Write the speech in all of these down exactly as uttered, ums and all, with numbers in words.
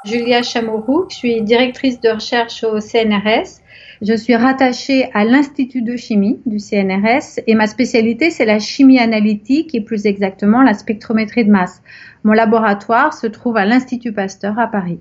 Julia Chamorro, je suis directrice de recherche au C N R S. Je suis rattachée à l'Institut de chimie du C N R S et ma spécialité, c'est la chimie analytique et plus exactement la spectrométrie de masse. Mon laboratoire se trouve à l'Institut Pasteur à Paris.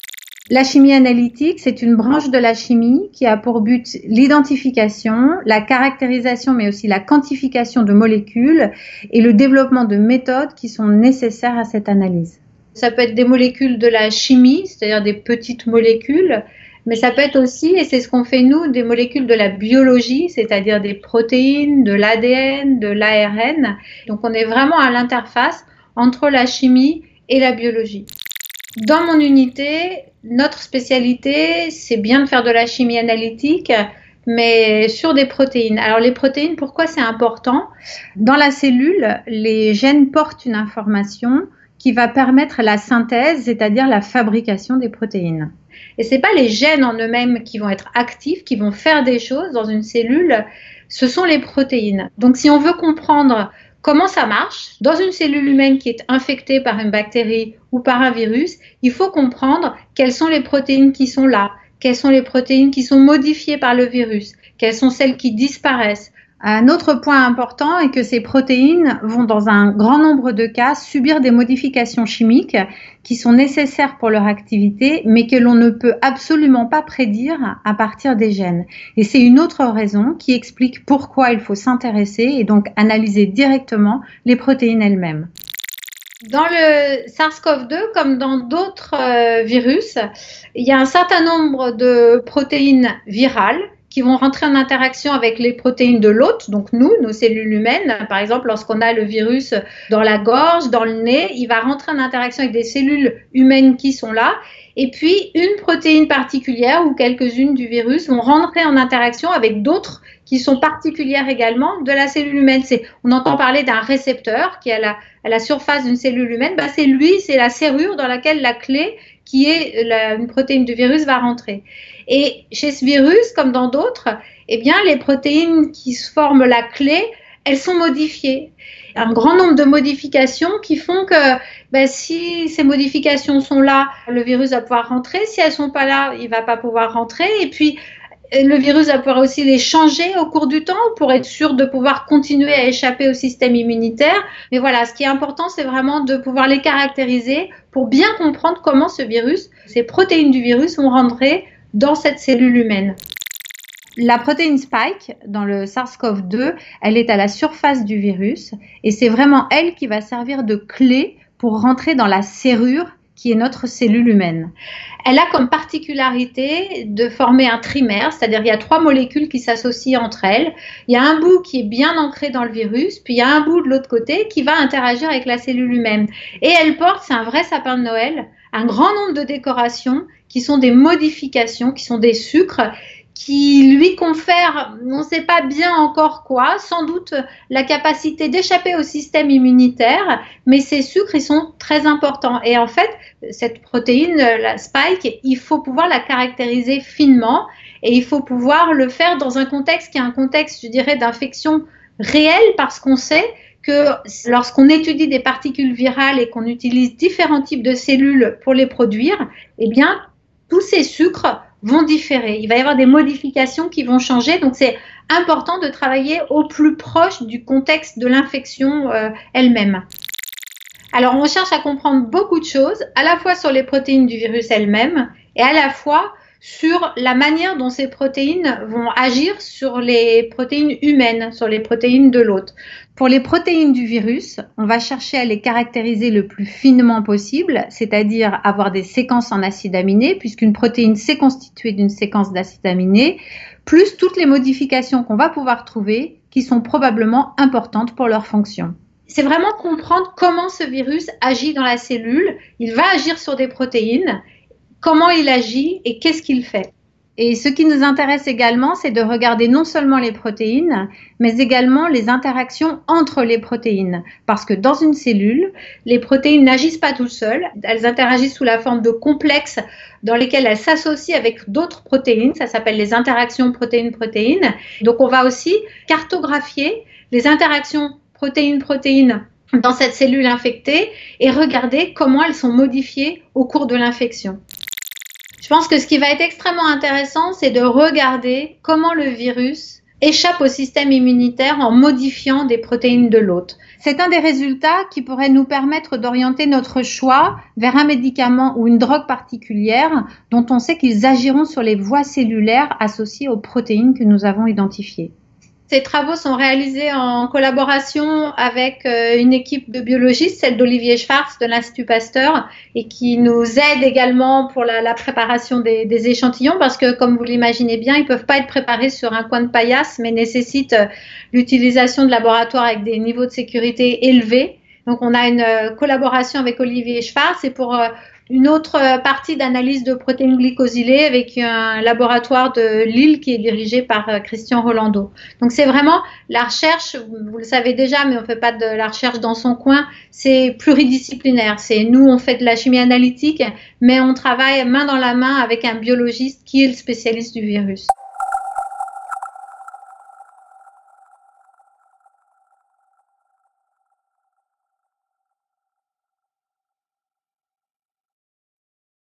La chimie analytique, c'est une branche de la chimie qui a pour but l'identification, la caractérisation, mais aussi la quantification de molécules et le développement de méthodes qui sont nécessaires à cette analyse. Ça peut être des molécules de la chimie, c'est-à-dire des petites molécules, mais ça peut être aussi, et c'est ce qu'on fait nous, des molécules de la biologie, c'est-à-dire des protéines, de l'A D N, de l'A R N. Donc on est vraiment à l'interface entre la chimie et la biologie. Dans mon unité, notre spécialité, c'est bien de faire de la chimie analytique, mais sur des protéines. Alors les protéines, pourquoi c'est important? Dans la cellule, les gènes portent une information qui va permettre la synthèse, c'est-à-dire la fabrication des protéines. Et ce n'est pas les gènes en eux-mêmes qui vont être actifs, qui vont faire des choses dans une cellule, ce sont les protéines. Donc si on veut comprendre comment ça marche dans une cellule humaine qui est infectée par une bactérie ou par un virus, il faut comprendre quelles sont les protéines qui sont là, quelles sont les protéines qui sont modifiées par le virus, quelles sont celles qui disparaissent. Un autre point important est que ces protéines vont dans un grand nombre de cas subir des modifications chimiques qui sont nécessaires pour leur activité, mais que l'on ne peut absolument pas prédire à partir des gènes. Et c'est une autre raison qui explique pourquoi il faut s'intéresser et donc analyser directement les protéines elles-mêmes. Dans le SARS-CoV deux, comme dans d'autres euh, virus, il y a un certain nombre de protéines virales qui vont rentrer en interaction avec les protéines de l'hôte, donc nous, nos cellules humaines. Par exemple, lorsqu'on a le virus dans la gorge, dans le nez, il va rentrer en interaction avec des cellules humaines qui sont là. Et puis, une protéine particulière ou quelques-unes du virus vont rentrer en interaction avec d'autres qui sont particulières également de la cellule humaine. C'est, on entend parler d'un récepteur qui est à la, à la surface d'une cellule humaine. Ben, c'est lui, c'est la serrure dans laquelle la clé qui est la, une protéine du virus va rentrer. Et chez ce virus, comme dans d'autres, eh bien, les protéines qui forment la clé, elles sont modifiées. Un grand nombre de modifications qui font que ben, si ces modifications sont là, le virus va pouvoir rentrer. Si elles ne sont pas là, il ne va pas pouvoir rentrer. Et puis, le virus va pouvoir aussi les changer au cours du temps pour être sûr de pouvoir continuer à échapper au système immunitaire. Mais voilà, ce qui est important, c'est vraiment de pouvoir les caractériser pour bien comprendre comment ce virus, ces protéines du virus vont rentrer dans cette cellule humaine. La protéine Spike dans le SARS-CoV deux, elle est à la surface du virus et c'est vraiment elle qui va servir de clé pour rentrer dans la serrure qui est notre cellule humaine. Elle a comme particularité de former un trimère, c'est-à-dire il y a trois molécules qui s'associent entre elles. Il y a un bout qui est bien ancré dans le virus, puis il y a un bout de l'autre côté qui va interagir avec la cellule humaine. Et elle porte, c'est un vrai sapin de Noël, un grand nombre de décorations qui sont des modifications, qui sont des sucres, qui lui confère, on ne sait pas bien encore quoi, sans doute la capacité d'échapper au système immunitaire, mais ces sucres, ils sont très importants. Et en fait, cette protéine, la spike, il faut pouvoir la caractériser finement et il faut pouvoir le faire dans un contexte qui est un contexte, je dirais, d'infection réelle parce qu'on sait que lorsqu'on étudie des particules virales et qu'on utilise différents types de cellules pour les produire, eh bien, tous ces sucres vont différer. Il va y avoir des modifications qui vont changer. Donc, c'est important de travailler au plus proche du contexte de l'infection euh, elle-même. Alors, on cherche à comprendre beaucoup de choses, à la fois sur les protéines du virus elles-mêmes et à la fois sur la manière dont ces protéines vont agir sur les protéines humaines, sur les protéines de l'hôte. Pour les protéines du virus, on va chercher à les caractériser le plus finement possible, c'est-à-dire avoir des séquences en acides aminés, puisqu'une protéine s'est constituée d'une séquence d'acides aminés, plus toutes les modifications qu'on va pouvoir trouver qui sont probablement importantes pour leur fonction. C'est vraiment comprendre comment ce virus agit dans la cellule. Il va agir sur des protéines, comment il agit et qu'est-ce qu'il fait. Et ce qui nous intéresse également, c'est de regarder non seulement les protéines, mais également les interactions entre les protéines. Parce que dans une cellule, les protéines n'agissent pas toutes seules. Elles interagissent sous la forme de complexes dans lesquels elles s'associent avec d'autres protéines. Ça s'appelle les interactions protéine-protéine. Donc on va aussi cartographier les interactions protéine-protéine dans cette cellule infectée et regarder comment elles sont modifiées au cours de l'infection. Je pense que ce qui va être extrêmement intéressant, c'est de regarder comment le virus échappe au système immunitaire en modifiant des protéines de l'hôte. C'est un des résultats qui pourrait nous permettre d'orienter notre choix vers un médicament ou une drogue particulière dont on sait qu'ils agiront sur les voies cellulaires associées aux protéines que nous avons identifiées. Ces travaux sont réalisés en collaboration avec une équipe de biologistes, celle d'Olivier Schwartz de l'Institut Pasteur, et qui nous aide également pour la, la préparation des, des échantillons, parce que, comme vous l'imaginez bien, ils ne peuvent pas être préparés sur un coin de paillasse, mais nécessitent l'utilisation de laboratoires avec des niveaux de sécurité élevés. Donc, on a une collaboration avec Olivier Schwartz, et pour une autre partie d'analyse de protéines glycosylées avec un laboratoire de Lille qui est dirigé par Christian Rolando. Donc c'est vraiment la recherche, vous le savez déjà, mais on ne fait pas de la recherche dans son coin, c'est pluridisciplinaire. C'est nous, on fait de la chimie analytique, mais on travaille main dans la main avec un biologiste qui est le spécialiste du virus.